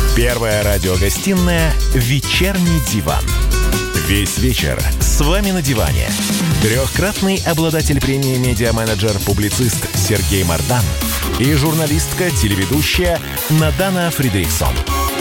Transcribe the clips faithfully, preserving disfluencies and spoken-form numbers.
Первая радиогостинная «Вечерний диван». Весь вечер с вами на диване. Трехкратный обладатель премии «Медиа-менеджер», публицист Сергей Мардан и журналистка-телеведущая Надана Фридрихсон.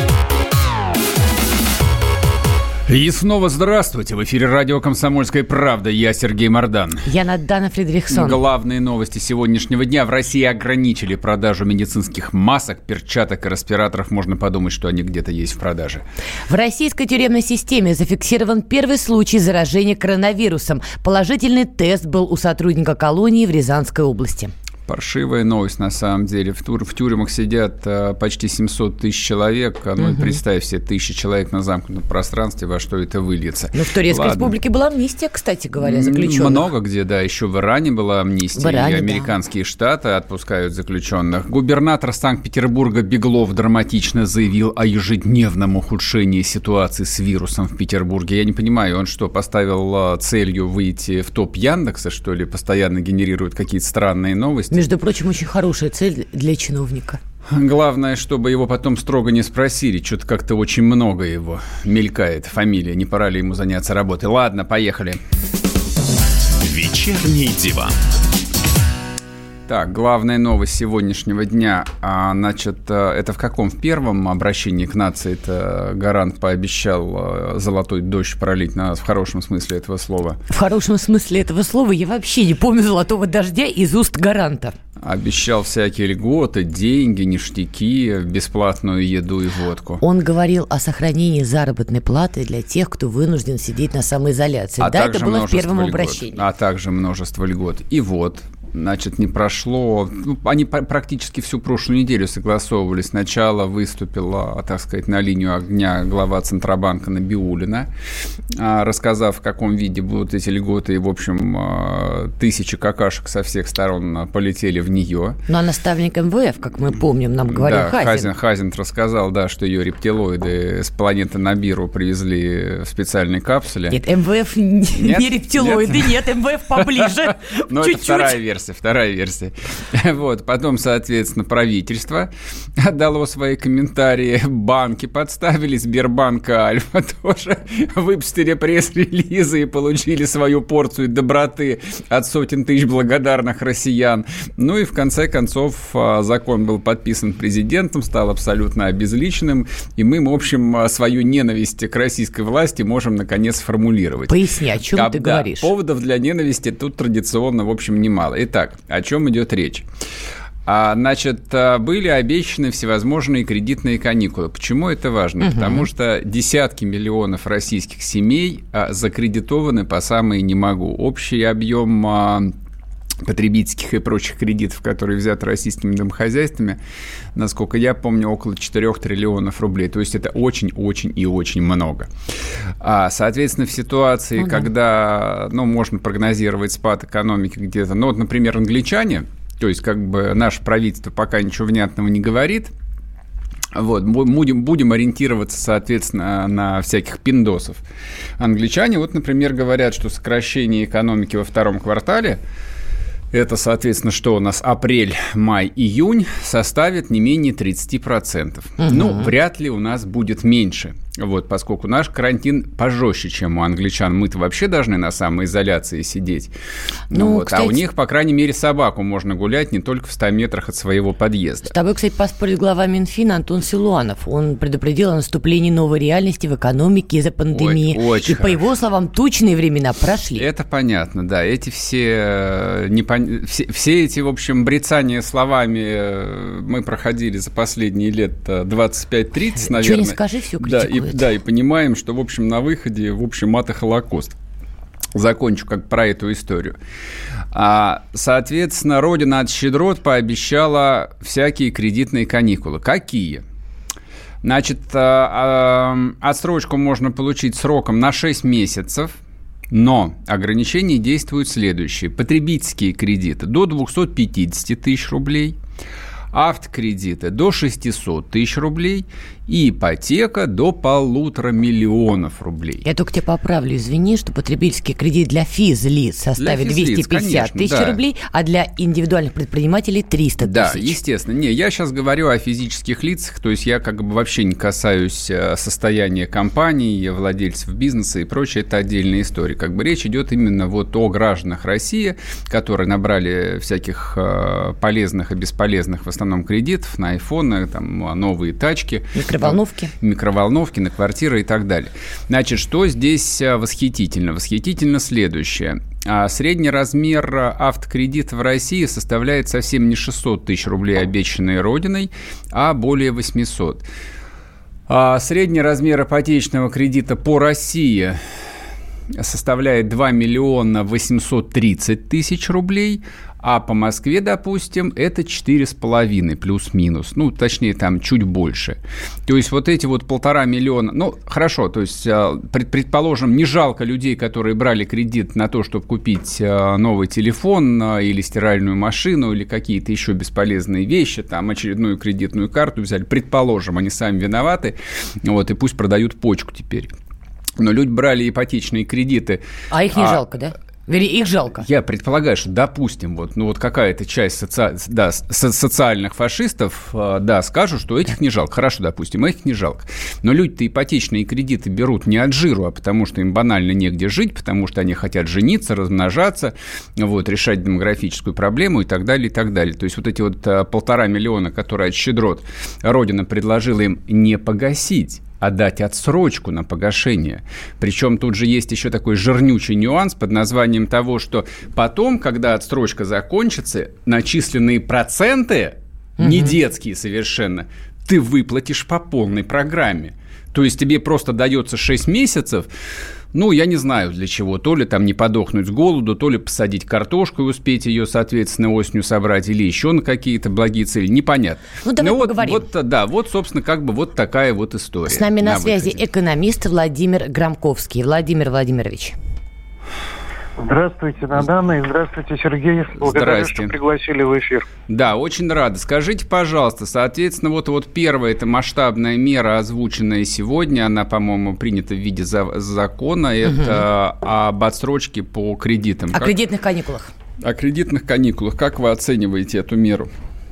И снова здравствуйте. В эфире радио «Комсомольская правда». Я Сергей Мардан. Я Надана Фридрихсон. Главные новости сегодняшнего дня. В России ограничили продажу медицинских масок, перчаток и респираторов. Можно подумать, что они где-то есть в продаже. В российской тюремной системе зафиксирован первый случай заражения коронавирусом. Положительный тест был у сотрудника колонии в Рязанской области. Паршивая новость, на самом деле. В, тур, в тюрьмах сидят а, почти семьсот тысяч человек. Ну, угу. Представь себе, тысячи человек на замкнутом пространстве, во что это выльется. Ну, в Турецкой Ладно. Республике была амнистия, кстати говоря, заключенных. Много где, да. Еще в Иране была амнистия. В Иране, и американские да. штаты отпускают заключенных. Губернатор Санкт-Петербурга Беглов драматично заявил о ежедневном ухудшении ситуации с вирусом в Петербурге. Я не понимаю, он что, поставил целью выйти в топ Яндекса, что ли? Постоянно генерирует какие-то странные новости. Между прочим, очень хорошая цель для чиновника. Главное, чтобы его потом строго не спросили. Что-то как-то очень много его мелькает фамилия. Не пора ли ему заняться работой? Ладно, поехали. Вечерний диван. Так, главная новость сегодняшнего дня. А, значит, это в каком? В первом обращении к нации это Гарант пообещал золотой дождь пролить на нас в хорошем смысле этого слова. В хорошем смысле этого слова я вообще не помню золотого дождя из уст Гаранта. Обещал всякие льготы, деньги, ништяки, бесплатную еду и водку. Он говорил о сохранении заработной платы для тех, кто вынужден сидеть на самоизоляции. А да, это было в первом льгот. обращении. А также множество льгот. И вот... Значит, не прошло... Ну, они практически всю прошлую неделю согласовывали. Сначала выступила, так сказать, на линию огня глава Центробанка Набиуллина, рассказав, в каком виде будут эти льготы. И, в общем, тысячи какашек со всех сторон полетели в нее. Ну, а наставник эм вэ эф, как мы помним, нам говорил да, Хазин. Хазин. Хазин рассказал, да, что ее рептилоиды с планеты Набиру привезли в специальной капсуле. Нет, эм вэ эф не рептилоиды, нет, эм вэ эф поближе. Но это вторая версия. Вторая версия. Вот. Потом, соответственно, правительство отдало свои комментарии. Банки подставили. Сбербанк и Альфа тоже выпустили пресс-релизы и получили свою порцию доброты от сотен тысяч благодарных россиян. Ну и в конце концов закон был подписан президентом, стал абсолютно обезличенным. И мы, в общем, свою ненависть к российской власти можем, наконец, сформулировать. Поясни, о чем а, ты да, говоришь? Поводов для ненависти тут традиционно, в общем, немало. Итак, о чем идет речь? А, значит, были обещаны всевозможные кредитные каникулы. Почему это важно? Угу. Потому что десятки миллионов российских семей а, закредитованы по самые не могу. Общий объем а, потребительских и прочих кредитов, которые взяты российскими домохозяйствами, насколько я помню, около четырех триллионов рублей. То есть это очень-очень и очень много. А, соответственно, в ситуации, ага. когда ну, можно прогнозировать спад экономики где-то, ну вот, например, англичане, то есть как бы наше правительство пока ничего внятного не говорит, вот, будем, будем ориентироваться, соответственно, на всяких пиндосов. Англичане, вот, например, говорят, что сокращение экономики во втором квартале, это, соответственно, что у нас апрель, май, июнь, составит не менее тридцать процентов. Угу. Ну, вряд ли у нас будет меньше. Вот, поскольку наш карантин пожестче, чем у англичан. Мы-то вообще должны на самоизоляции сидеть. Ну, вот. Кстати, а у них, по крайней мере, собаку можно гулять не только в ста метрах от своего подъезда. С тобой, кстати, поспорил глава Минфина Антон Силуанов. Он предупредил о наступлении новой реальности в экономике из-за пандемии. Ой, очень И, хорошо. По его словам, тучные времена прошли. Это понятно, да. Эти все, непон... все, все эти, в общем, брецания словами мы проходили за последние лет двадцать пять тридцать, наверное. Что не скажи, все критикуют. Да, и, да, и понимаем, что, в общем, на выходе, в общем, мат и Холокост. Закончу как про эту историю. А, соответственно, Родина от щедрот пообещала всякие кредитные каникулы. Какие? Значит, а, а, отсрочку можно получить сроком на шесть месяцев, но ограничения действуют следующие. Потребительские кредиты до двести пятьдесят тысяч рублей, автокредиты до шестьсот тысяч рублей и ипотека до полутора миллионов рублей. Я только тебя поправлю, извини, что потребительский кредит для физлиц составит двести пятьдесят тысяч да. рублей, а для индивидуальных предпринимателей триста тысяч. Да, естественно. Не, я сейчас говорю о физических лицах, то есть я как бы вообще не касаюсь состояния компаний, владельцев бизнеса и прочее, это отдельная история. Как бы речь идет именно вот о гражданах России, которые набрали всяких полезных и бесполезных в основном кредитов на айфоны, там, новые тачки. Микроволновки. Микроволновки на квартиры и так далее. Значит, что здесь восхитительно? Восхитительно следующее. Средний размер автокредита в России составляет совсем не шестьсот тысяч рублей, обещанные Родиной, а более восемьсот. Средний размер ипотечного кредита по России составляет два миллиона восемьсот тридцать тысяч рублей, а по Москве, допустим, это четыре с половиной плюс-минус, ну, точнее, там чуть больше. То есть вот эти вот полтора миллиона, ну, хорошо, то есть, предположим, не жалко людей, которые брали кредит на то, чтобы купить новый телефон или стиральную машину или какие-то еще бесполезные вещи, там, очередную кредитную карту взяли, предположим, они сами виноваты, вот, и пусть продают почку теперь. Но люди брали ипотечные кредиты. А их не а... жалко, да? Их жалко. Я предполагаю, что, допустим, вот, ну, вот какая-то часть соци... да, со- социальных фашистов, да, скажут, что этих не жалко. Хорошо, допустим, этих не жалко. Но люди-то ипотечные кредиты берут не от жиру, а потому что им банально негде жить, потому что они хотят жениться, размножаться, вот, решать демографическую проблему и так далее, и так далее. То есть вот эти вот полтора миллиона, которые от щедрот Родина предложила им не погасить, а дать отсрочку на погашение. Причем тут же есть еще такой жирнючий нюанс под названием того, что потом, когда отсрочка закончится, начисленные проценты, угу. не детские совершенно, ты выплатишь по полной программе. То есть тебе просто дается шесть месяцев, ну, я не знаю для чего, то ли там не подохнуть с голоду, то ли посадить картошку и успеть ее, соответственно, осенью собрать, или еще на какие-то благие цели, непонятно. Ну, давай вот, поговорим. Вот, да, вот, собственно, как бы вот такая вот история. С нами на, на связи выходе. Экономист Владимир Громковский. Владимир Владимирович. Здравствуйте, Надана, и здравствуйте, Сергей. Благодарю, что пригласили в эфир. Да, очень рада. Скажите, пожалуйста, соответственно, вот, вот первая, это масштабная мера, озвученная сегодня, она, по-моему, принята в виде за- закона, это угу. об отсрочке по кредитам. О как... кредитных каникулах. О кредитных каникулах. Как вы оцениваете эту меру?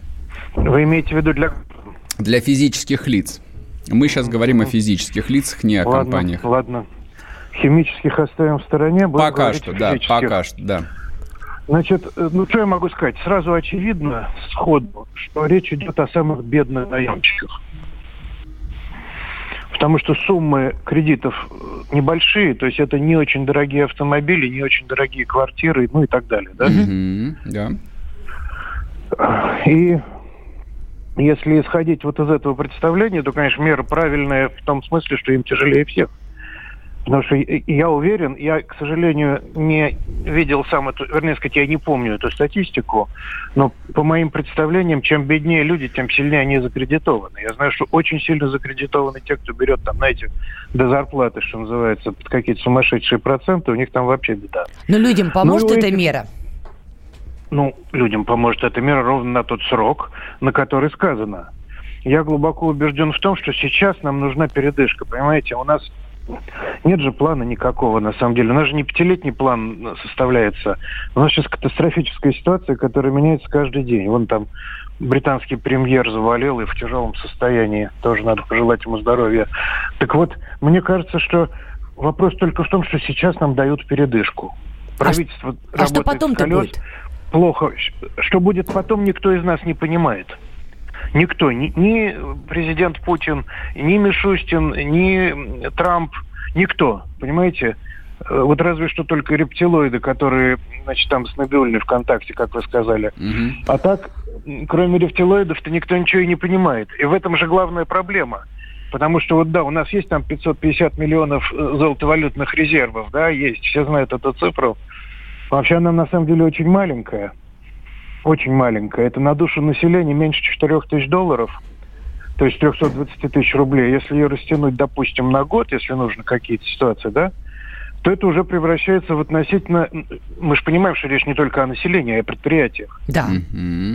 Вы имеете в виду для... Для физических лиц. Мы сейчас говорим о физических лицах, не о ладно, компаниях. Ладно. Химических оставим в стороне. Пока что, да, пока что, да. Значит, ну что я могу сказать? Сразу очевидно, сходу, что речь идет о самых бедных заемщиках. Потому что суммы кредитов небольшие, то есть это не очень дорогие автомобили, не очень дорогие квартиры, ну и так далее, да? Mm-hmm, да. И если исходить вот из этого представления, то, конечно, мера правильная в том смысле, что им тяжелее всех. Потому что я уверен, я, к сожалению, не видел сам эту, вернее сказать, я не помню эту статистику, но по моим представлениям, чем беднее люди, тем сильнее они закредитованы. Я знаю, что очень сильно закредитованы те, кто берет там, знаете, до зарплаты, что называется, под какие-то сумасшедшие проценты, у них там вообще беда. Но людям поможет ну, эта этих... мера? Ну, людям поможет эта мера ровно на тот срок, на который сказано. Я глубоко убежден в том, что сейчас нам нужна передышка, понимаете, у нас нет же плана никакого, на самом деле. У нас же не пятилетний план составляется. У нас сейчас катастрофическая ситуация, которая меняется каждый день. Вон там британский премьер заболел и в тяжелом состоянии. Тоже надо пожелать ему здоровья. Так вот, мне кажется, что вопрос только в том, что сейчас нам дают передышку. Правительство а, а что потом-то колес, будет? Плохо. Что будет потом, никто из нас не понимает. Никто, ни, ни президент Путин, ни Мишустин, ни Трамп, никто, понимаете? Вот разве что только рептилоиды, которые, значит, там с Набиуллиной ВКонтакте, как вы сказали. Mm-hmm. А так, кроме рептилоидов-то никто ничего и не понимает. И в этом же главная проблема. Потому что вот да, у нас есть там пятьсот пятьдесят миллионов золотовалютных резервов, да, есть, все знают эту цифру. Вообще она на самом деле очень маленькая. Очень маленькая. Это на душу населения меньше четырех тысяч долларов, то есть триста двадцать тысяч рублей. Если ее растянуть, допустим, на год, если нужно какие-то ситуации, да, то это уже превращается в относительно... Мы же понимаем, что речь не только о населении, а о предприятиях. Да.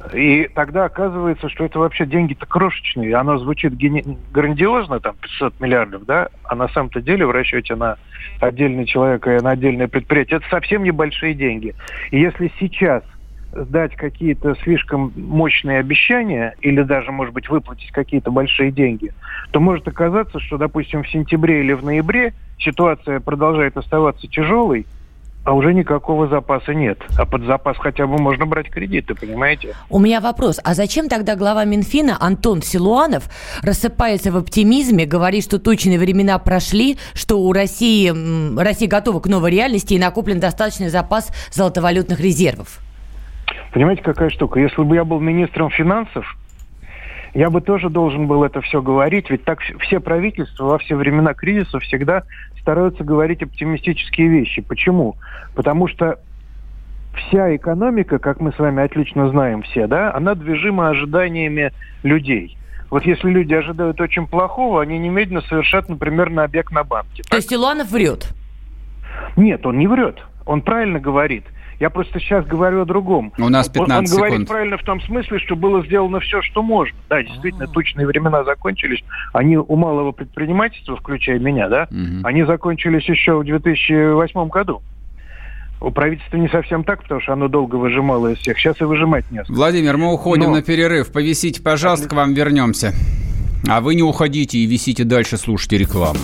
И тогда оказывается, что это вообще деньги-то крошечные. Оно звучит гени- грандиозно, там, пятьсот миллиардов, да? А на самом-то деле в расчете на отдельного человека и на отдельное предприятие это совсем небольшие деньги. И если сейчас дать какие-то слишком мощные обещания или даже, может быть, выплатить какие-то большие деньги, то может оказаться, что, допустим, в сентябре или в ноябре ситуация продолжает оставаться тяжелой, а уже никакого запаса нет. А под запас хотя бы можно брать кредиты, понимаете? У меня вопрос. А зачем тогда глава Минфина Антон Силуанов рассыпается в оптимизме, говорит, что тучные времена прошли, что у России, Россия готова к новой реальности и накоплен достаточный запас золотовалютных резервов? Понимаете, какая штука? Если бы я был министром финансов, я бы тоже должен был это все говорить, ведь так все правительства во все времена кризиса всегда стараются говорить оптимистические вещи. Почему? Потому что вся экономика, как мы с вами отлично знаем все, да, она движима ожиданиями людей. Вот если люди ожидают очень плохого, они немедленно совершат, например, набег на банки. То есть Силуанов врет? Нет, он не врет. Он правильно говорит. Я просто сейчас говорю о другом. У нас пятнадцать он, он секунд. говорит правильно в том смысле, что было сделано все, что можно. Да, действительно, тучные времена закончились. Они у малого предпринимательства, включая меня, да, угу. они закончились еще в две тысячи восьмом году. У правительства не совсем так, потому что оно долго выжимало из всех. Сейчас и выжимать не осталось. Владимир, мы уходим Но... на перерыв. Повисите, пожалуйста, к вам вернемся. А вы не уходите и висите дальше, слушайте рекламу.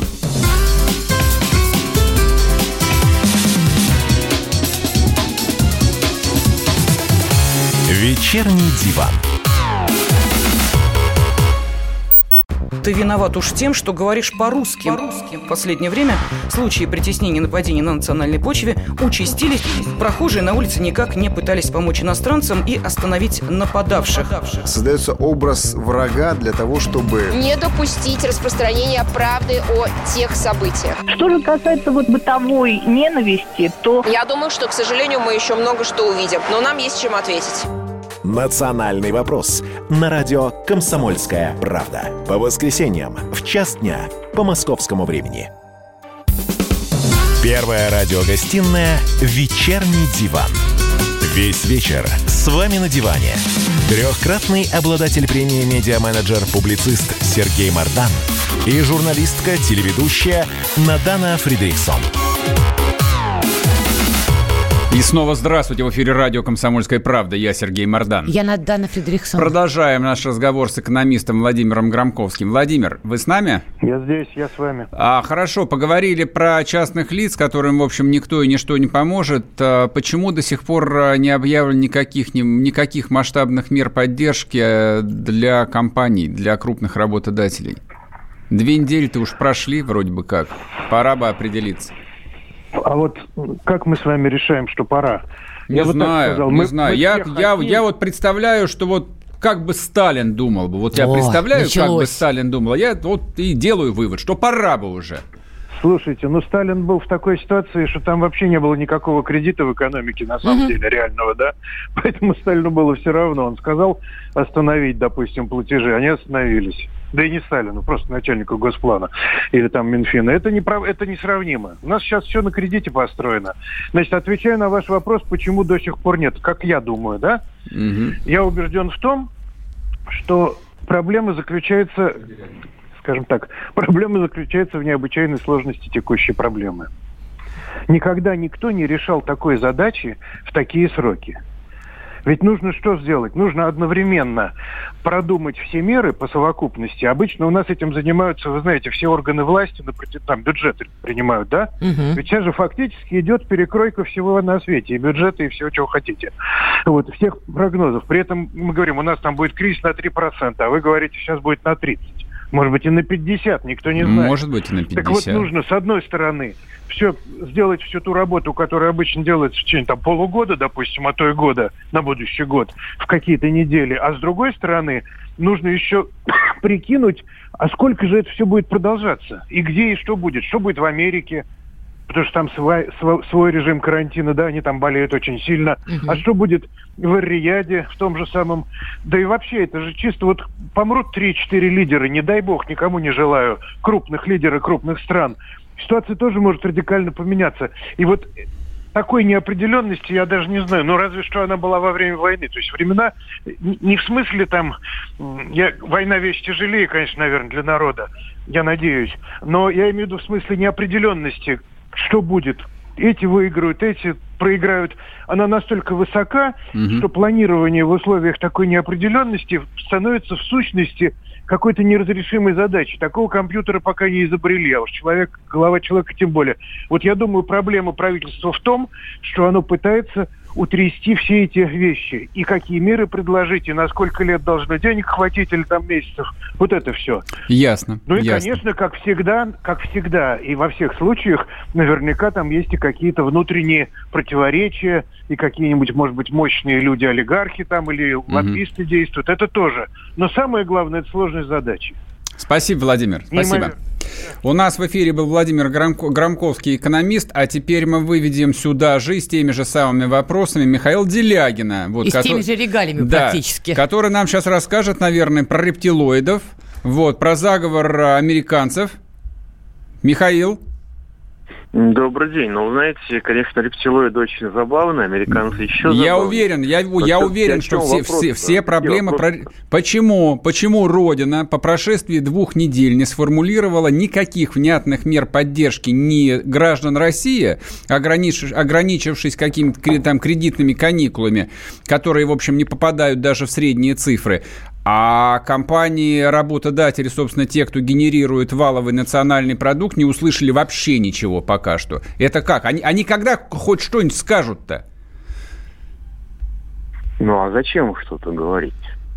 Вечерний диван. Ты виноват уж тем, что говоришь по-русски. по-русски. В последнее время случаи притеснения и нападений на национальной почве участились. Прохожие на улице никак не пытались помочь иностранцам и остановить нападавших. Создается образ врага для того, чтобы не допустить распространения правды о тех событиях. Что же касается вот бытовой ненависти, то... Я думаю, что, к сожалению, мы еще много что увидим, но нам есть чем ответить. «Национальный вопрос» на радио «Комсомольская правда». По воскресеньям в час дня по московскому времени. Первая радиогостинная «Вечерний диван». Весь вечер с вами на диване. Трехкратный обладатель премии «Медиа-менеджер», публицист Сергей Мардан и журналистка-телеведущая Надана Фридрихсон. И снова здравствуйте. В эфире радио «Комсомольская правда». Я Сергей Мардан. Я Надана Фридрихсон. Продолжаем наш разговор с экономистом Владимиром Громковским. Владимир, вы с нами? Я здесь, я с вами. А, хорошо, поговорили про частных лиц, которым, в общем, никто и ничто не поможет. А почему до сих пор не объявлено никаких, ни, никаких масштабных мер поддержки для компаний, для крупных работодателей? Две недели-то уж прошли вроде бы как. Пора бы определиться. А вот как мы с вами решаем, что пора? Не я знаю, сказал, не мы, знаю. Мы я, я, хотим... я вот представляю, что вот как бы Сталин думал бы. Вот я О, представляю, началось. Как бы Сталин думал. Я вот и делаю вывод, что пора бы уже. Слушайте, ну Сталин был в такой ситуации, что там вообще не было никакого кредита в экономике, на самом mm-hmm. деле, реального, да? Поэтому Сталину было все равно. Он сказал остановить, допустим, платежи, они остановились. Да и не Сталину, просто начальнику Госплана или там Минфина. Это, не, это несравнимо. У нас сейчас все на кредите построено. Значит, отвечаю на ваш вопрос, почему до сих пор нет. Как я думаю, да? Mm-hmm. Я убежден в том, что проблема заключается... Скажем так, проблема заключается в необычайной сложности текущей проблемы. Никогда никто не решал такой задачи в такие сроки. Ведь нужно что сделать? Нужно одновременно продумать все меры по совокупности. Обычно у нас этим занимаются, вы знаете, все органы власти, там бюджеты принимают, да? Угу. Ведь сейчас же фактически идет перекройка всего на свете, и бюджета, и всего, чего хотите. Вот, всех прогнозов. При этом мы говорим, у нас там будет кризис на три процента, а вы говорите, сейчас будет на тридцать процентов. Может быть, и на пятьдесят, никто не знает. Может быть, и на пятьдесят. Так вот, нужно, с одной стороны, все, сделать всю ту работу, которая обычно делается в течение там, полугода, допустим, а то и года на будущий год, в какие-то недели. А с другой стороны, нужно еще прикинуть, а сколько же это все будет продолжаться? И где и что будет? Что будет в Америке? Потому что там свой, свой, свой режим карантина, да, они там болеют очень сильно. Uh-huh. А что будет в Эр-Рияде, в том же самом... Да и вообще, это же чисто вот помрут три-четыре лидера, не дай бог, никому не желаю, крупных лидеров крупных стран. Ситуация тоже может радикально поменяться. И вот такой неопределенности я даже не знаю. Ну, разве что она была во время войны. То есть времена не в смысле там... Я, война вещь тяжелее, конечно, наверное, для народа. Я надеюсь. Но я имею в виду в смысле неопределенности. Что будет? Эти выиграют, эти проиграют. Она настолько высока, угу. что планирование в условиях такой неопределенности становится в сущности какой-то неразрешимой задачей. Такого компьютера пока не изобрели, а уж человек, голова человека тем более. Вот я думаю, проблема правительства в том, что оно пытается утрясти все эти вещи. И какие меры предложить, и на сколько лет должно денег хватить, или там месяцев. Вот это все. Ясно. Ну и, ясно. конечно, как всегда, как всегда, и во всех случаях, наверняка там есть и какие-то внутренние противоречия, и какие-нибудь, может быть, мощные люди-олигархи там, или лоббисты mm-hmm. действуют. Это тоже. Но самое главное, это сложность задачи. Спасибо, Владимир. Спасибо. У нас в эфире был Владимир Громко, Громковский, экономист, а теперь мы выведем сюда же с теми же самыми вопросами Михаила Делягина. Вот, и с который, теми же регалиями да, практически. Который нам сейчас расскажет, наверное, про рептилоидов, вот, про заговор американцев. Михаил? Добрый день. Ну, знаете, конечно, рептилоиды очень забавные, американцы еще забавные. Я уверен, я, я уверен, что все, все, все проблемы... Про... Почему, почему Родина по прошествии двух недель не сформулировала никаких внятных мер поддержки ни граждан России, ограничившись, ограничившись какими-то там кредитными каникулами, которые, в общем, не попадают даже в средние цифры, а компании, работодатели, собственно, те, кто генерирует валовый национальный продукт, не услышали вообще ничего пока что. Это как? Они, они когда хоть что-нибудь скажут-то? Ну, а зачем что-то говорить?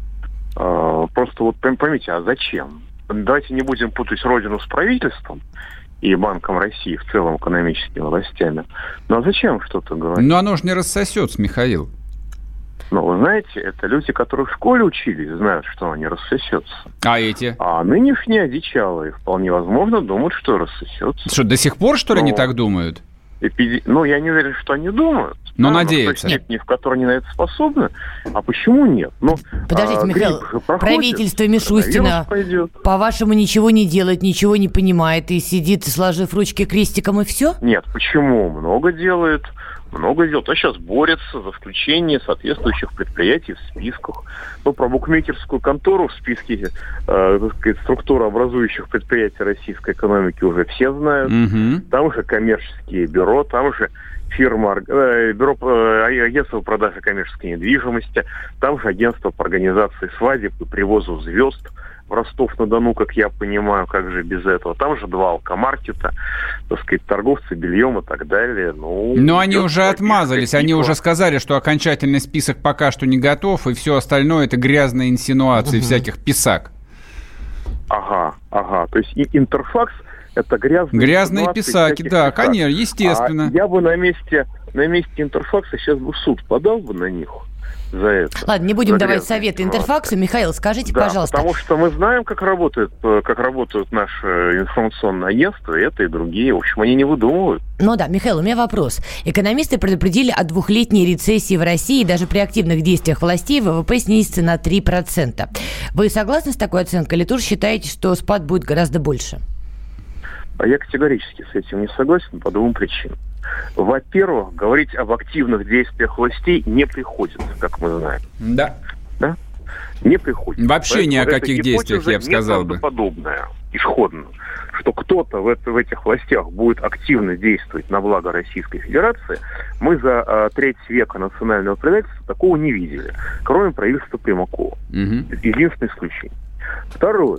А, просто вот поймите, а зачем? Давайте не будем путать Родину с правительством и Банком России, в целом экономическими властями. Ну, а зачем что-то говорить? Ну, оно же не рассосется, Михаил. Ну, вы знаете, это люди, которые в школе учились, знают, что они рассосется. А эти? А нынешние одичалые, вполне возможно, думают, что рассосется. Что, до сих пор, что ли, ну, они так думают? Эпиди... Ну, я не уверен, что они думают. Но да, надеются. Нет, в которой они на это способны. А почему нет? Ну, подождите, а, Михаил, правительство Мишустина, по-вашему, ничего не делает, ничего не понимает и сидит, сложив ручки крестиком, и все? Нет, почему? Много делает. Много дел. То сейчас борется за включение соответствующих предприятий в списках. Ну, про букмекерскую контору в списке, э, так сказать, структурообразующих предприятий российской экономики уже все знают. Mm-hmm. Там же коммерческие бюро, там же фирма, э, бюро э, агентство по продаже коммерческой недвижимости, там же агентство по организации свадеб и привозу звезд в Ростов-на-Дону, как я понимаю, как же без этого. Там же два алкомаркета, так сказать, торговцы бельем и так далее. Ну, Но они уже отмазались, они уже сказали, что окончательный список пока что не готов, и все остальное это грязные инсинуации угу. всяких писак. Ага, ага. То есть и Интерфакс это грязные, грязные писаки, да, писак. конечно, естественно. А я бы на месте, на месте Интерфакса сейчас бы в суд подал бы на них. За это. Ладно, не будем давать советы Интерфаксу. Михаил, скажите, да, пожалуйста. Потому что мы знаем, как работает, как работают наши информационные агентства, и это, и другие. В общем, они не выдумывают. Ну да, Михаил, у меня вопрос. Экономисты предупредили о двухлетней рецессии в России. Даже при активных действиях властей ВВП снизится на три процента. Вы согласны с такой оценкой? Или тоже считаете, что спад будет гораздо больше? А я категорически с этим не согласен по двум причинам. Во-первых, говорить об активных действиях властей не приходится, как мы знаем. Да. Да? Не приходится. Вообще Поэтому ни о каких действиях, я бы сказал бы. Подобное, исходно, что кто-то в, это, в этих властях будет активно действовать на благо Российской Федерации, мы за а, треть века национального правительства такого не видели, кроме правительства Примакова. Угу. Единственное исключение. Второе.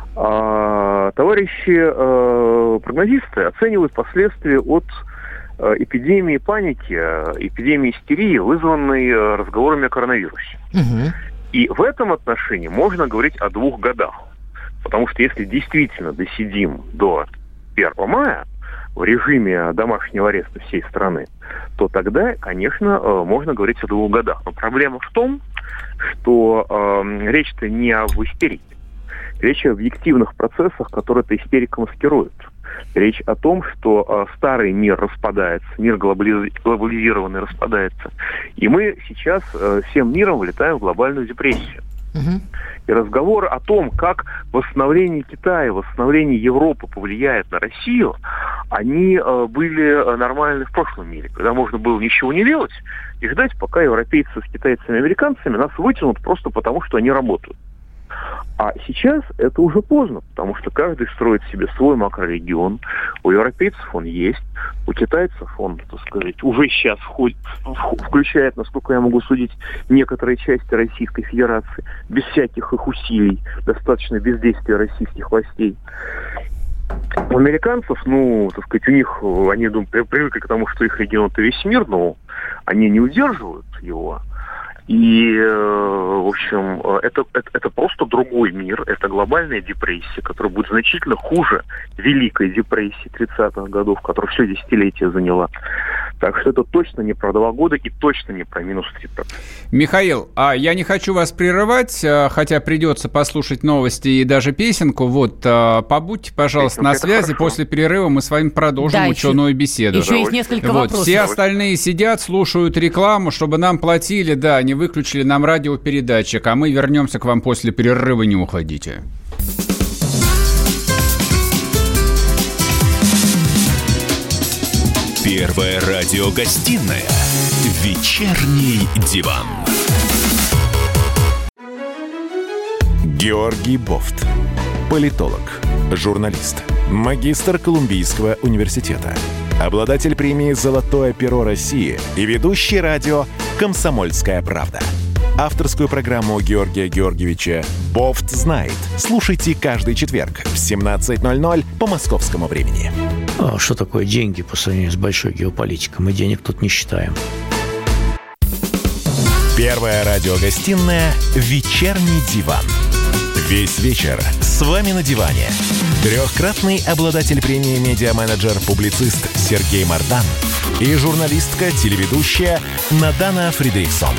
А, товарищи а, прогнозисты оценивают последствия от эпидемии паники, эпидемии истерии, вызванной разговорами о коронавирусе. Угу. И в этом отношении можно говорить о двух годах. Потому что если действительно досидим до первого мая в режиме домашнего ареста всей страны, то тогда, конечно, можно говорить о двух годах. Но проблема в том, что э, речь-то не об истерике. Речь о объективных процессах, которые эта истерика маскирует. Речь о том, что э, старый мир распадается, мир глобализ... глобализированный распадается. И мы сейчас э, всем миром вылетаем в глобальную депрессию. Угу. И разговор о том, как восстановление Китая, восстановление Европы повлияет на Россию, они э, были нормальны в прошлом мире, когда можно было ничего не делать и ждать, пока европейцы с китайцами и американцами нас вытянут просто потому, что они работают. А сейчас это уже поздно, потому что каждый строит себе свой макрорегион. У европейцев он есть, у китайцев он, так сказать, уже сейчас входит, включает, насколько я могу судить, некоторые части Российской Федерации, без всяких их усилий, достаточно бездействия российских властей. У американцев, ну, так сказать, у них, они, думаю, привыкли к тому, что их регион — это весь мир, но они не удерживают его. И, в общем, это, это, это просто другой мир, это глобальная депрессия, которая будет значительно хуже Великой депрессии тридцатых годов, которая все десятилетие заняла. Так что это точно не про два года и точно не про минус три процента. Михаил, а я не хочу вас прерывать, хотя придется послушать новости и даже песенку. Вот, побудьте, пожалуйста, Песенка, на связи. Хорошо. После перерыва мы с вами продолжим да, ученую еще, беседу. Еще есть несколько вот, вопросов. Все остальные сидят, слушают рекламу, чтобы нам платили, да, не выключили нам радиопередатчик, а мы вернемся к вам после перерыва, не уходите. Первая радиогостинная «Вечерний диван». Георгий Бофт. Политолог, журналист, магистр Колумбийского университета, обладатель премии «Золотое перо России» и ведущий радио «Комсомольская правда». Авторскую программу Георгия Георгиевича «Бофт знает». Слушайте каждый четверг в семнадцать ноль ноль по московскому времени. А что такое деньги по сравнению с большой геополитикой? Мы денег тут не считаем. Первая радиогостинная «Вечерний диван». Весь вечер с вами на диване. Трехкратный обладатель премии «Медиа-менеджер», публицист Сергей Мардан и журналистка-телеведущая Надана Фридрихсон.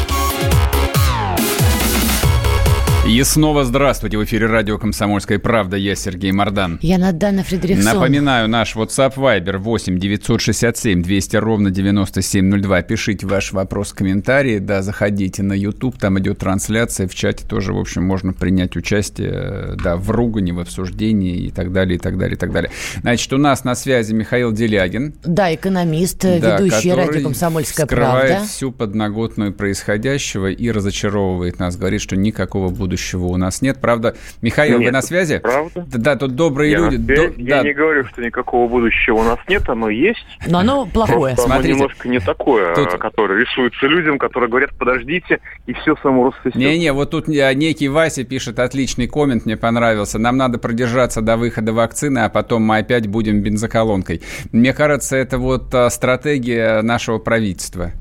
И снова здравствуйте. В эфире радио «Комсомольская правда». Я Сергей Мардан. Я Надана Фридрихсон. Напоминаю, наш WhatsApp Viber восемь девятьсот шестьдесят семь двести ровно девяносто семь ноль два. Пишите ваш вопрос в комментарии. Да, заходите на YouTube, там идет трансляция. В чате тоже, в общем, можно принять участие, да, в ругани, в обсуждении и так далее, и так далее, и так далее. Значит, у нас на связи Михаил Делягин. Да, экономист, да, ведущий радио «Комсомольская правда». Скрывает всю подноготную происходящего и разочаровывает нас. Говорит, что никакого будущего у нас нет. Правда, Михаил, нет, вы на связи? Правда? Да, да, тут добрые я люди. До, я да. не говорю, что никакого будущего у нас нет, оно есть. Но оно плохое. Просто Смотрите, оно немножко не такое, тут... которое рисуется людям, которые говорят, подождите, и все само расцветет. Не-не, вот тут некий Вася пишет отличный коммент, мне понравился. Нам надо продержаться до выхода вакцины, а потом мы опять будем бензоколонкой. Мне кажется, это вот стратегия нашего правительства.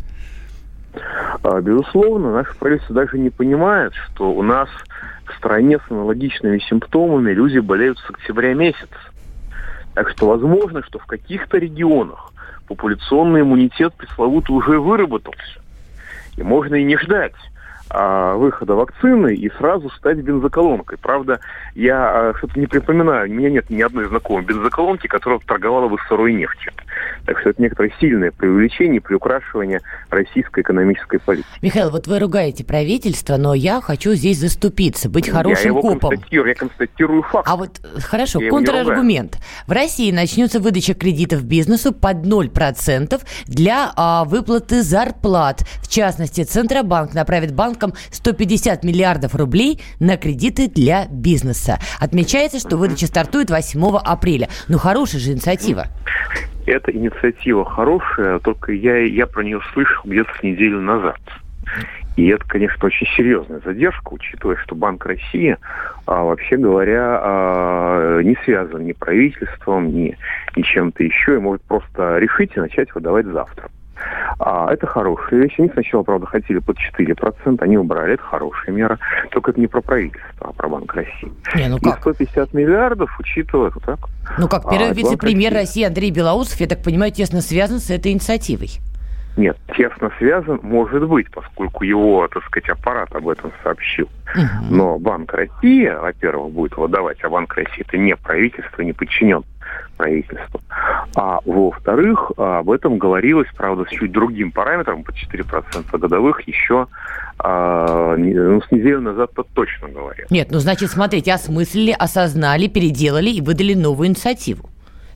Безусловно, наше правительство даже не понимает, что у нас в стране с аналогичными симптомами люди болеют с октября месяца. Так что возможно, что в каких-то регионах популяционный иммунитет пресловутый уже выработался. И можно и не ждать а, выхода вакцины и сразу стать бензоколонкой. Правда, я а, что-то не припоминаю, у меня нет ни одной знакомой бензоколонки, которая торговала бы сырой нефтью. Так что это некоторое сильное преувеличение, приукрашивание российской экономической политики. Михаил, вот вы ругаете правительство, но я хочу здесь заступиться, быть хорошим я его копом. Констатирую, я констатирую факт. А вот, хорошо, я контраргумент. В России начнется выдача кредитов бизнесу под ноль процентов для а, выплаты зарплат. В частности, Центробанк направит банкам сто пятьдесят миллиардов рублей на кредиты для бизнеса. Отмечается, что выдача стартует восьмого апреля. Ну, хорошая же инициатива. Эта инициатива хорошая, только я, я про нее слышал где-то с неделю назад. И это, конечно, очень серьезная задержка, учитывая, что Банк России, а, вообще говоря, а, не связан ни правительством, ни, ни чем-то еще, и может просто решить и начать выдавать завтра. А, это хорошая вещь. Они сначала, правда, хотели под четыре процента, они убрали, это хорошая мера. Только это не про правительство, а про Банк России. Не, ну как? И сто пятьдесят миллиардов, учитывая, вот так. Ну как, первый а, вице-премьер России Андрей Белоусов, я так понимаю, тесно связан с этой инициативой. Нет, тесно связан, может быть, поскольку его, так сказать, аппарат об этом сообщил. Угу. Но Банк России, во-первых, будет выдавать, а Банк России это не правительство, не подчинен правительству. А во-вторых, об этом говорилось, правда, с чуть другим параметром, по четыре процента годовых, еще а, ну, с неделю назад-то точно говорят. Нет, ну, значит, смотрите, осмыслили, осознали, переделали и выдали новую инициативу.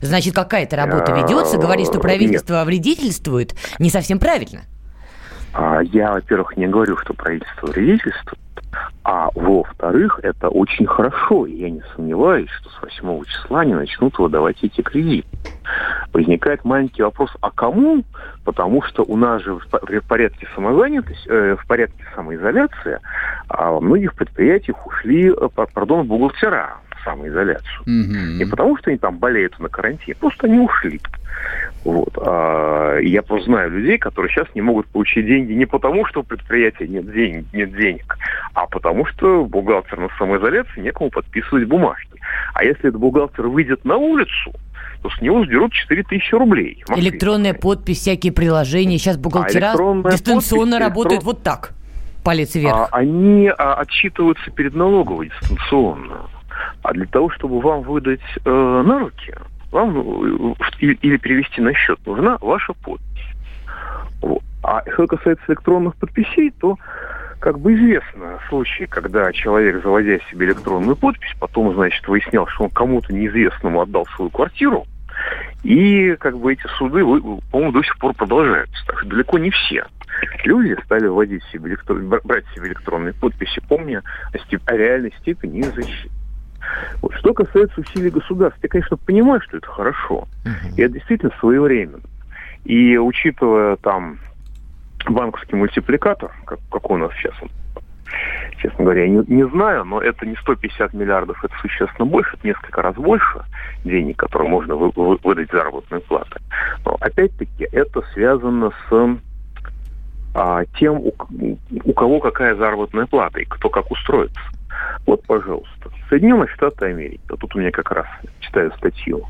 Значит, какая-то работа ведется. Говорит, что правительство Нет. вредительствует. Не совсем правильно. Я, во-первых, не говорю, что правительство вредительствует, а во-вторых, это очень хорошо. И я не сомневаюсь, что с восьмого числа не начнут выдавать эти кредиты. Возникает маленький вопрос, а кому? Потому что у нас же в порядке самозанятости, э, в порядке самоизоляции, а во многих предприятиях ушли, пардон, бухгалтера в самоизоляцию. Mm-hmm. Не потому, что они там болеют на карантине, просто они ушли. Вот. А, я просто знаю людей, которые сейчас не могут получить деньги не потому, что у предприятия нет денег, нет денег, а потому что бухгалтер на самоизоляции, некому подписывать бумажки. А если этот бухгалтер выйдет на улицу, то с него сдерут четыре тысячи рублей. Электронная подпись, всякие приложения. Сейчас бухгалтера а дистанционно подпись, работают электрон... вот так. Палец вверх. А, они а, отчитываются перед налоговой дистанционно. А для того, чтобы вам выдать э, на руки, вам ну, или перевести на счет, нужна ваша подпись. Вот. А что касается электронных подписей, то, как бы известно, случаи, когда человек, заводя себе электронную подпись, потом, значит, выяснял, что он кому-то неизвестному отдал свою квартиру, и, как бы, эти суды, по-моему, до сих пор продолжаются. Так что далеко не все люди стали вводить себе электрон... брать себе электронные подписи, помня о, степ... о реальной степени их защиты. Вот. Что касается усилий государства, я, конечно, понимаю, что это хорошо. Uh-huh. И это действительно своевременно. И учитывая там банковский мультипликатор, как, какой у нас сейчас он, честно говоря, я не, не знаю, но это не сто пятьдесят миллиардов, это существенно больше, это несколько раз больше денег, которые можно вы, вы, выдать заработной платы. Но опять-таки это связано с а, тем, у, у кого какая заработная плата и кто как устроится. Вот, пожалуйста. Соединенные Штаты Америки. Вот тут у меня как раз читаю статью.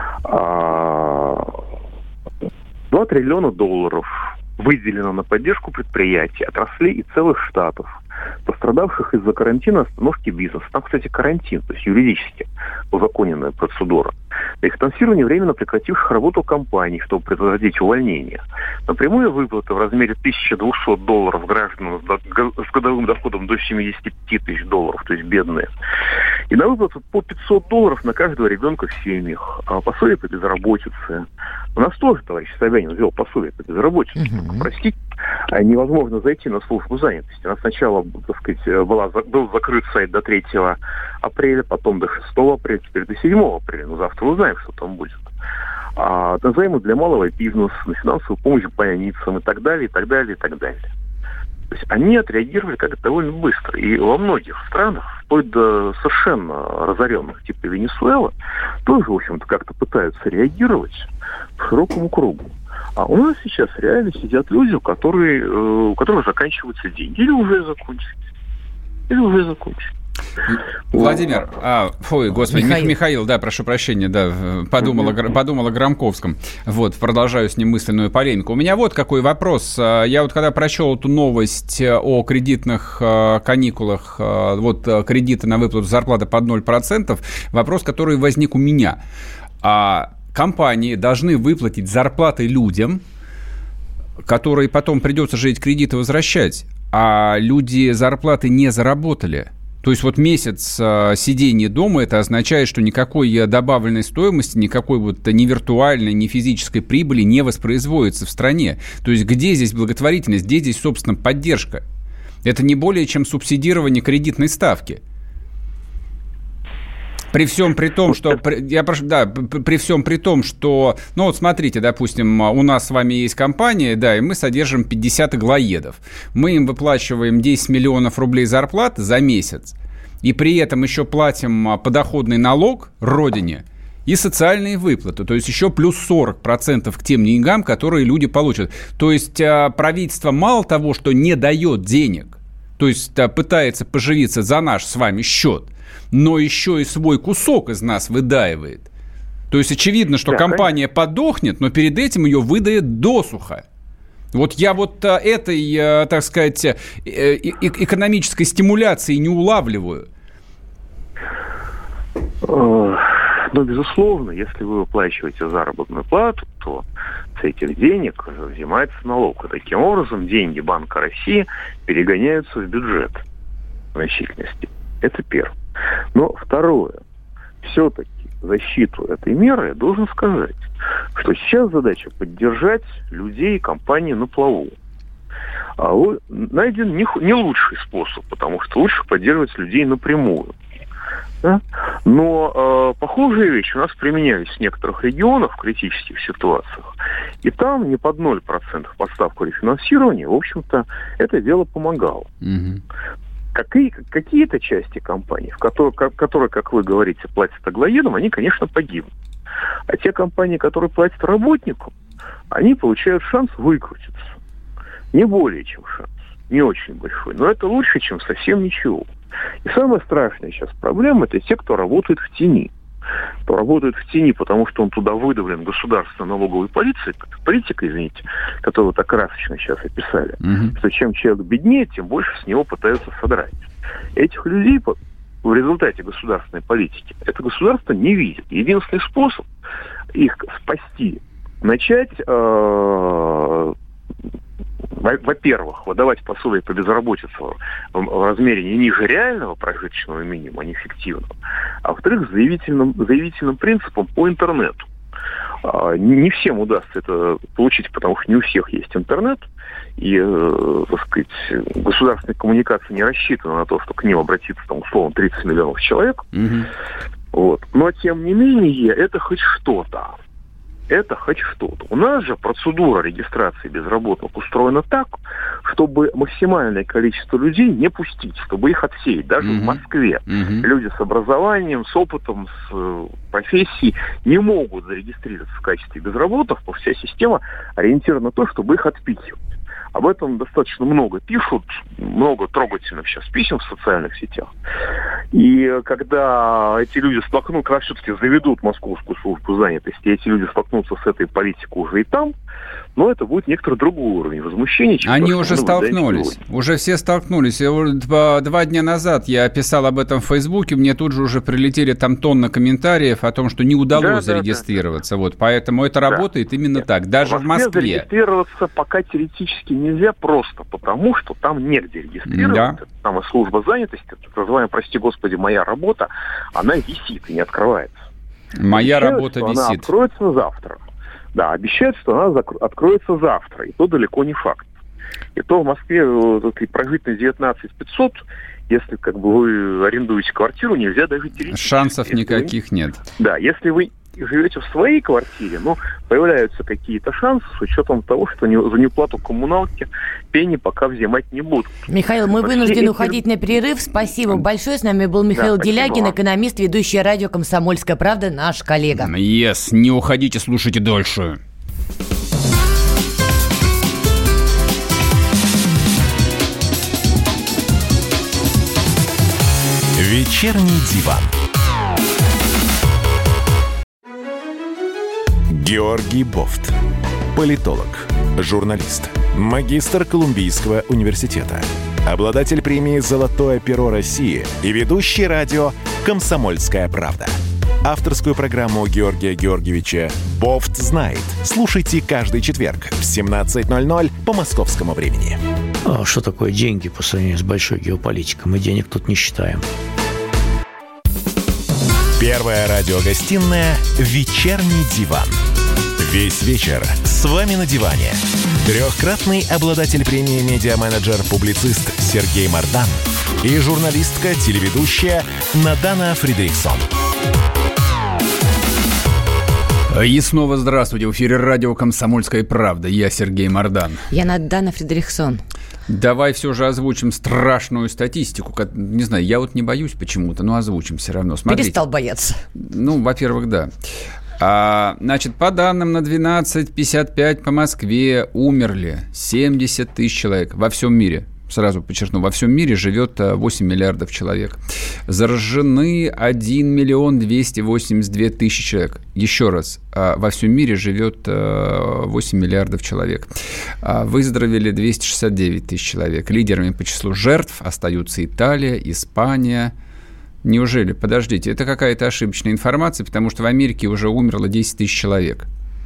два триллиона долларов выделено на поддержку предприятий, отраслей и целых штатов, пострадавших из-за карантина остановки бизнеса. Там, кстати, карантин, то есть юридически узаконенная процедура. Для их финансирования временно прекративших работу компаний, чтобы предотвратить увольнение. Напрямую выплаты в размере тысяча двести долларов гражданам с годовым доходом до семьдесят пять тысяч долларов, то есть бедные. И на выплату по пятьсот долларов на каждого ребенка в семьях. А пособие по безработице. У нас тоже товарищ Собянин ввел пособие по безработице. Mm-hmm. Простите, невозможно зайти на службу занятости. У нас сначала, так сказать, была, был закрыт сайт до третьего апреля, потом до шестого апреля, теперь до седьмого апреля. Но завтра узнаем, что там будет. А, на займы для малого бизнеса, на финансовую помощь больницам и так далее, и так далее, и так далее. То есть они отреагировали как-то довольно быстро. И во многих странах, вплоть до совершенно разоренных, типа Венесуэлы, тоже, в общем-то, как-то пытаются реагировать по широкому кругу. А у нас сейчас реально сидят люди, которые, у которых заканчиваются деньги. Или уже закончились. Или уже закончились. Владимир, а, фой, господи, Михаил. Михаил, да, прошу прощения, да, подумал, mm-hmm. о, подумал о Громковском. Вот, продолжаю с ним мысленную полемику. У меня вот какой вопрос. Я вот когда прочел эту новость о кредитных каникулах, вот кредиты на выплату зарплаты под ноль процентов, вопрос, который возник у меня. А компании должны выплатить зарплаты людям, которые потом придется же эти кредиты возвращать, а люди зарплаты не заработали. То есть вот месяц э, сидения дома, это означает, что никакой добавленной стоимости, никакой вот ни виртуальной, ни физической прибыли не воспроизводится в стране. То есть где здесь благотворительность, где здесь, собственно, поддержка? Это не более чем субсидирование кредитной ставки. При всем при том, что... Я прошу, да, при всем при том, что... Ну вот смотрите, допустим, у нас с вами есть компания, да, и мы содержим пятьдесят иглоедов. Мы им выплачиваем десять миллионов рублей зарплаты за месяц, и при этом еще платим подоходный налог родине и социальные выплаты. То есть еще плюс сорок процентов к тем деньгам, которые люди получат. То есть правительство мало того, что не дает денег, то есть пытается поживиться за наш с вами счет, но еще и свой кусок из нас выдаивает. То есть очевидно, что да, компания конечно. подохнет, но перед этим ее выдает досуха. Вот я вот этой, так сказать, экономической стимуляции не улавливаю. Ну, безусловно, если вы выплачиваете заработную плату, то с этих денег взимается налог. И таким образом деньги Банка России перегоняются в бюджет в значительности. Это первое. Но второе. Все-таки защиту этой меры, я должен сказать, что сейчас задача поддержать людей и компании на плаву. А найден не, не лучший способ, потому что лучше поддерживать людей напрямую. Да? Но э, похожие вещи у нас применялись в некоторых регионах в критических ситуациях. И там не под ноль процентов подставку рефинансирования, в общем-то, это дело помогало. Mm-hmm. Какие, какие-то части компаний, в которые, которые, как вы говорите, платят аглоедам, они, конечно, погибнут. А те компании, которые платят работникам, они получают шанс выкрутиться. Не более чем шанс. Не очень большой. Но это лучше, чем совсем ничего. И самая страшная сейчас проблема – это те, кто работает в тени. Кто работает в тени, потому что он туда выдавлен государственной налоговой полицией, политикой, извините, которую так красочно сейчас описали, mm-hmm. что чем человек беднее, тем больше с него пытаются содрать. Этих людей в результате государственной политики это государство не видит. Единственный способ их спасти – начать… Э- Во-первых, выдавать пособие по безработице в размере не ниже реального прожиточного минимума, а не фиктивного. А во-вторых, заявительным, заявительным принципом по интернету. Не всем удастся это получить, потому что не у всех есть интернет. И, так сказать, государственная коммуникация не рассчитана на то, что к ним обратится, там, условно, тридцать миллионов человек. Mm-hmm. Вот. Но, тем не менее, это хоть что-то. Это хоть что-то. У нас же процедура регистрации безработных устроена так, чтобы максимальное количество людей не пустить, чтобы их отсеять. Даже mm-hmm. в Москве mm-hmm. люди с образованием, с опытом, с э, профессией не могут зарегистрироваться в качестве безработных, потому что вся система ориентирована на то, чтобы их отпихивать. Об этом достаточно много пишут, много трогательных сейчас писем в социальных сетях. И когда эти люди столкнутся, когда все-таки заведут Московскую службу занятости, и эти люди столкнутся с этой политикой уже и там, но это будет некоторый другой уровень возмущения. Они то, уже столкнулись. Уже все столкнулись. Два, два дня назад я писал об этом в Фейсбуке, мне тут же уже прилетели там тонны комментариев о том, что не удалось да, зарегистрироваться. Да, да. Вот, поэтому это да. работает именно Нет. так, даже в Москве. В Москве зарегистрироваться пока теоретически нельзя просто потому, что там негде регистрироваться. Да. Там и служба занятости, так называемая, прости господи, моя работа, она висит и не открывается. Моя Обещают, работа что висит. Она откроется завтра. Да, обещают, что она зак- откроется завтра, и то далеко не факт. И то в Москве вот, прожить на девятнадцать пятьсот, если как бы вы арендуете квартиру, нельзя даже теоретически. Шансов никаких вы... нет. Да, если вы живете в своей квартире, ну, появляются какие-то шансы с учетом того, что не, за неуплату коммуналки пени пока взимать не будут. Михаил, мы Вообще вынуждены эти... уходить на перерыв. Спасибо большое. С нами был Михаил да, Делягин, экономист, ведущий радио «Комсомольская правда», наш коллега. Yes, не уходите, слушайте дольше. Вечерний диван. Георгий Бофт. Политолог, журналист, магистр Колумбийского университета, обладатель премии «Золотое перо России» и ведущий радио «Комсомольская правда». Авторскую программу Георгия Георгиевича «Бофт знает». Слушайте каждый четверг в семнадцать ноль ноль по московскому времени. А что такое деньги по сравнению с большой геополитикой? Мы денег тут не считаем. Первая радиогостинная «Вечерний диван». Весь вечер с вами на диване. Трехкратный обладатель премии «Медиа-менеджер», публицист Сергей Мардан и журналистка-телеведущая Надана Фридрихсон. И снова здравствуйте. В эфире радио «Комсомольская правда». Я Сергей Мардан. Я Надана Фридрихсон. Давай все же озвучим страшную статистику. Не знаю, я вот не боюсь почему-то, но озвучим все равно. Смотрите. Перестал бояться. Ну, во-первых, да. А, значит, по данным на двенадцать пятьдесят пять по Москве умерли семьдесят тысяч человек во всем мире. Сразу подчеркну, во всем мире живет восемь миллиардов человек. Заражены один миллион двести восемьдесят две тысячи человек. Еще раз, во всем мире живет восемь миллиардов человек. Выздоровели двести шестьдесят девять тысяч человек. Лидерами по числу жертв остаются Италия, Испания. Неужели? Подождите, это какая-то ошибочная информация, потому что в Америке уже умерло десять тысяч человек.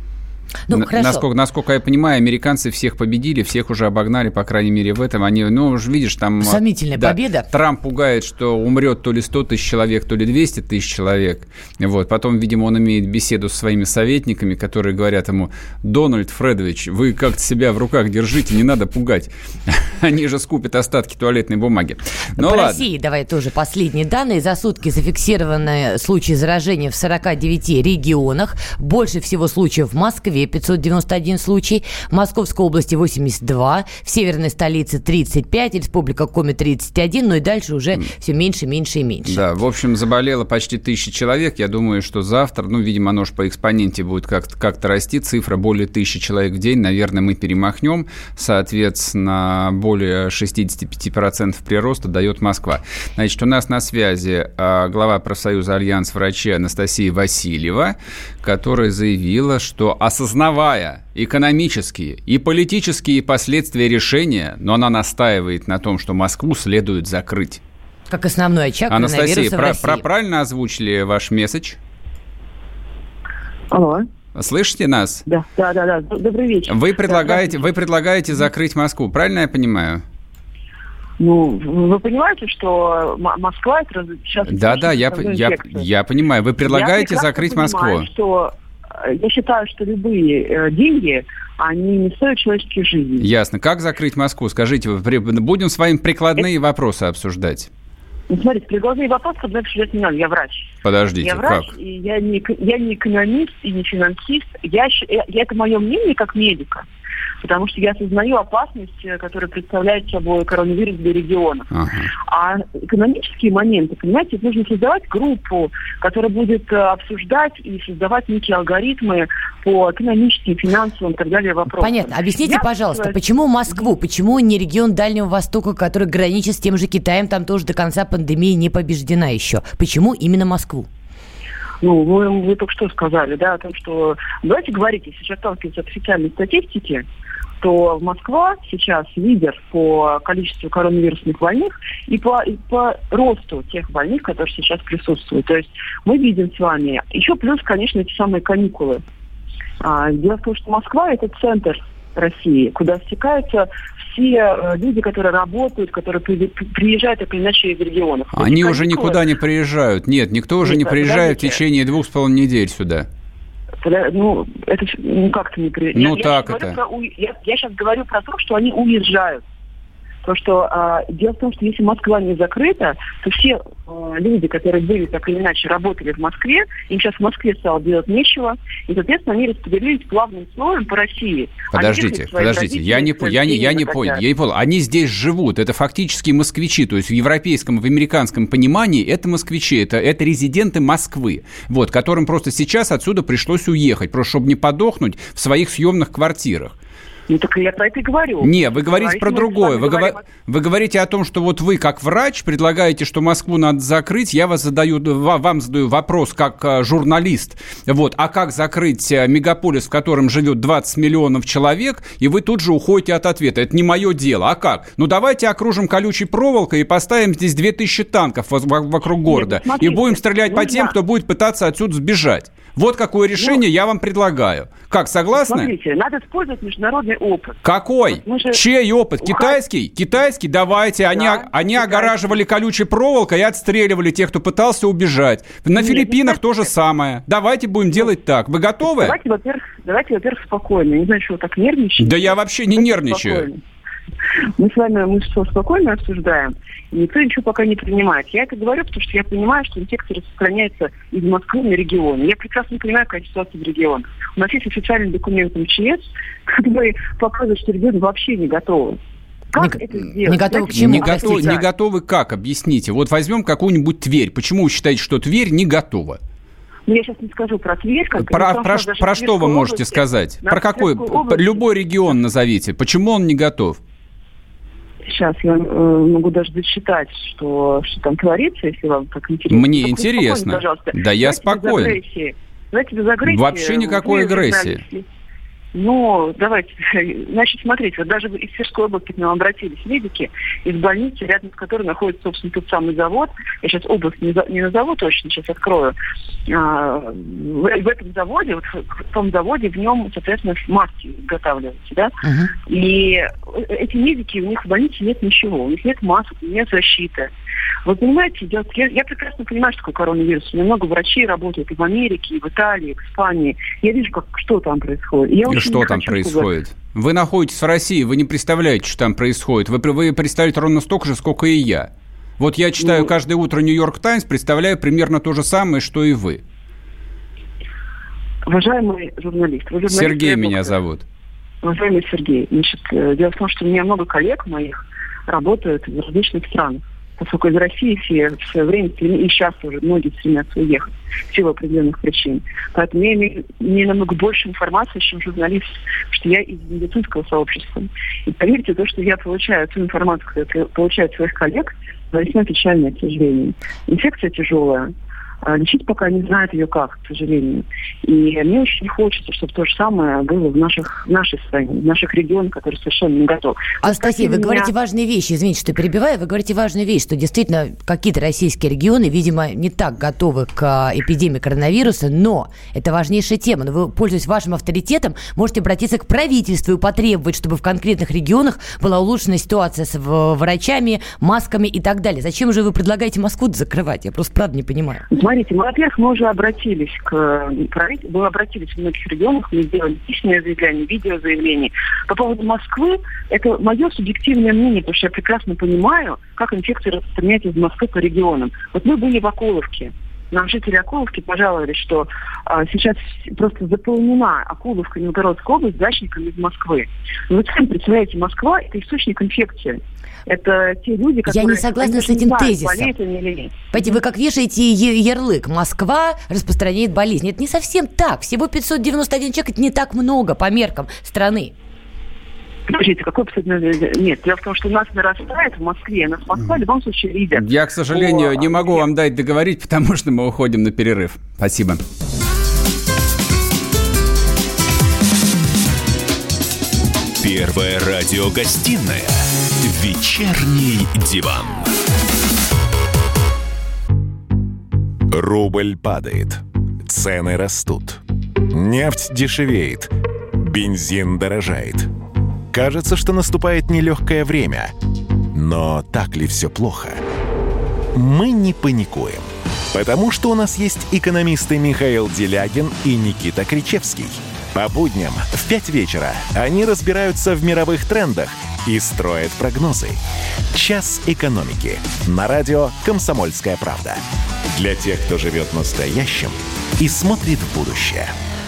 Ну, насколько, насколько я понимаю, американцы всех победили, всех уже обогнали, по крайней мере, в этом. Они, ну, уже видишь, там... Сомнительная да, победа. Трамп пугает, что умрет то ли сто тысяч человек, то ли двести тысяч человек. Вот. Потом, видимо, он имеет беседу с своими советниками, которые говорят ему: Дональд Фредович, вы как-то себя в руках держите, не надо пугать. Они же скупят остатки туалетной бумаги. Ну, по ладно. России, давай тоже последние данные. За сутки зафиксированы случаи заражения в сорока девяти регионах. Больше всего случаев в Москве, пятьсот девяносто один случай, в Московской области восемьдесят два, в северной столице тридцать пять, Республика Коми тридцать один, ну и дальше уже mm. все меньше, меньше и меньше. Да, в общем, заболело почти тысяча человек. Я думаю, что завтра, ну, видимо, оно же по экспоненте будет как-то, как-то расти, цифра более тысячи человек в день, наверное, мы перемахнем. Соответственно, более шестьдесят пять процентов прироста дает Москва. Значит, у нас на связи глава профсоюза «Альянс врачей» Анастасия Васильева, которая заявила, что осознавая экономические и политические последствия решения, но она настаивает на том, что Москву следует закрыть. Как основной очаг Анастасия, коронавируса в про- России. Про- правильно озвучили ваш месседж? Алло. Слышите нас? Да, да, да, да. Добрый вечер. Вы предлагаете, вы предлагаете закрыть Москву, правильно я понимаю? Ну, вы понимаете, что Москва это сейчас... Да, да, я, я, я понимаю. Вы предлагаете я закрыть Москву? Понимаю, что я считаю, что любые э, деньги, они не стоят человеческих жизней. Ясно. Как закрыть Москву? Скажите, будем с вами прикладные это... вопросы обсуждать. Ну, смотрите, прикладные вопросы обсуждать не надо. Я врач. Подождите, я врач, как? И я, не, я не экономист и не финансист. Я, я, я, это мое мнение как медика. Потому что я осознаю опасность, которую представляет собой коронавирус для регионов. Ага. А экономические моменты, понимаете, нужно создавать группу, которая будет обсуждать и создавать некие алгоритмы по экономическим, финансовым и так далее вопросам. Понятно. Объясните, я, пожалуйста, сказать... почему Москву, почему не регион Дальнего Востока, который граничит с тем же Китаем, там тоже до конца пандемии не побеждена еще? Почему именно Москву? Ну, вы, вы только что сказали, да, о том, что... Давайте говорить, если отталкиваться от официальной статистики, то Москва сейчас лидер по количеству коронавирусных больных и по, и по росту тех больных, которые сейчас присутствуют. То есть мы видим с вами... Еще плюс, конечно, эти самые каникулы. А, дело в том, что Москва – это центр России, куда стекаются все люди, которые работают, которые приезжают так или иначе из регионов. Они уже никуда не приезжают. Нет, никто уже Нет, не приезжает подождите. в течение двух с половиной недель сюда. Ну, это ну, как-то не приезжает. Ну, я, так я это. Про, я, я сейчас говорю про то, что они уезжают. Потому что а, дело в том, что если Москва не закрыта, то все а, люди, которые были так или иначе работали в Москве, им сейчас в Москве стало делать нечего, и, соответственно, они распределились плавным слоем по России. Подождите, подождите, я не, я не, я не понял, я не понял. Они здесь живут, это фактически москвичи, то есть в европейском, в американском понимании это москвичи, это, это резиденты Москвы, вот, которым просто сейчас отсюда пришлось уехать, просто чтобы не подохнуть в своих съемных квартирах. Ну, так я про это и говорю. Не, вы говорите про другое. Вы, говор... вы говорите о том, что вот вы, как врач, предлагаете, что Москву надо закрыть. Я вас задаю, вам задаю вопрос, как журналист. Вот, а как закрыть мегаполис, в котором живет двадцать миллионов человек, и вы тут же уходите от ответа. Это не мое дело. А как? Ну, давайте окружим колючей проволокой и поставим здесь две тысячи танков вокруг города. Нет, смотрите, и будем стрелять нужно... по тем, кто будет пытаться отсюда сбежать. Вот какое решение ну, я вам предлагаю. Как, согласны? Смотрите, надо использовать международный опыт. Какой? Вот же... Чей опыт? Уход... Китайский? Китайский? Давайте. Они, да, они китайский. огораживали колючей проволокой и отстреливали тех, кто пытался убежать. На Нет, Филиппинах не то же самое. Давайте будем ну, делать так. Вы готовы? Давайте, во-первых, давайте, во-первых, спокойно. Я не знаю, что вы так нервничаете. Да я вообще не давайте нервничаю. Спокойно. Мы с вами мы все спокойно обсуждаем, и никто ничего пока не принимает. Я это говорю, потому что я понимаю, что инфекция распространяется из Москвы на регионы. Я прекрасно понимаю, какая ситуация в регионах. У нас есть официальный документ эм че эс, который показывает, что регионы вообще не готовы. Как не, это сделать? Не готовы к чему? Не, готов, не готовы как? Объясните. Вот возьмем какую-нибудь Тверь. Почему вы считаете, что Тверь не готова? Ну, я сейчас не скажу про Тверь. Как про про, про, про что вы можете области, сказать? Про какой? Любой регион назовите. Почему он не готов? Сейчас я э, могу даже досчитать, что, что там творится, если вам так интересно. Мне так интересно. Да я спокоен. Давайте без агрессии. Вообще никакой агрессии. Ну, давайте, значит, смотрите, вот даже из Тверской области к нам обратились медики из больницы, рядом с которой находится, собственно, тот самый завод. Я сейчас область не, за, не назову точно, сейчас открою. А, в, в этом заводе, вот в том заводе, в нем, соответственно, маски изготавливаются, да? Uh-huh. И эти медики, у них в больнице нет ничего, у них нет масок, нет защиты. Вы понимаете, я, я прекрасно понимаю, что такое коронавирус. У меня много врачей работают и в Америке, и в Италии, и в Испании. Я вижу, как, что там происходит. Я и что там происходит? Сказать. Вы находитесь в России, вы не представляете, что там происходит. Вы, вы представляете ровно столько же, сколько и я. Вот я читаю ну, каждое утро «Нью-Йорк Таймс», представляю примерно то же самое, что и вы. Уважаемый журналист. Вы журналист Сергей меня зовут. Уважаемый Сергей, значит, дело в том, что у меня много коллег моих работают в различных странах. Поскольку из России все в свое время, и сейчас уже многие стремятся уехать в силу определенных причин. Поэтому я имею, имею намного больше информации, чем журналист, что я из медицинского сообщества. И поверьте, то, что я получаю, ту информацию, которую получаю от своих коллег, весьма печальная, к сожалению. Инфекция тяжелая. Лечить пока не знают ее как, к сожалению. И мне очень хочется, чтобы то же самое было в, наших, в нашей стране, в наших регионах, которые совершенно не готовы. Анастасия, вы меня... говорите важные вещи, извините, что перебиваю, вы говорите важную вещь, что действительно какие-то российские регионы, видимо, не так готовы к эпидемии коронавируса, но это важнейшая тема. Но вы, пользуясь вашим авторитетом, можете обратиться к правительству и потребовать, чтобы в конкретных регионах была улучшена ситуация с врачами, масками и так далее. Зачем же вы предлагаете Москву закрывать? Я просто правда не понимаю. Смотрите, мы, во-первых, мы уже обратились к правительству, мы обратились в многих регионах, мы сделали письменное заявление, видеозаявление. По поводу Москвы, это мое субъективное мнение, потому что я прекрасно понимаю, как инфекция распространяется из Москвы по регионам. Вот мы были в Окуловке. Нам жители Окуловки пожаловались, что а, сейчас просто заполнена Окуловка, Нижегородская область дачниками из Москвы. Но вы сами представляете, Москва – это источник инфекции. Это те люди, которые... Я не согласна с этим тезисом. Понимаете, вы как вешаете ярлык «Москва распространяет болезнь». Это не совсем так. Всего пятьсот девяносто один человек – это не так много по меркам страны. Подождите, какой абсолютно... Нет, дело в том, что у нас нарастает в Москве, у нас Москва в любом случае лидер. Я, к сожалению, по... не могу вам дать договорить, потому что мы уходим на перерыв. Спасибо. Первая радиогостинная «Вечерний диван». Рубль падает, цены растут, нефть дешевеет, бензин дорожает. Кажется, что наступает нелегкое время. Но так ли все плохо? Мы не паникуем, потому что у нас есть экономисты Михаил Делягин и Никита Кричевский. По будням в пять вечера они разбираются в мировых трендах и строят прогнозы. «Час экономики» на радио «Комсомольская правда». Для тех, кто живет настоящим и смотрит в будущее.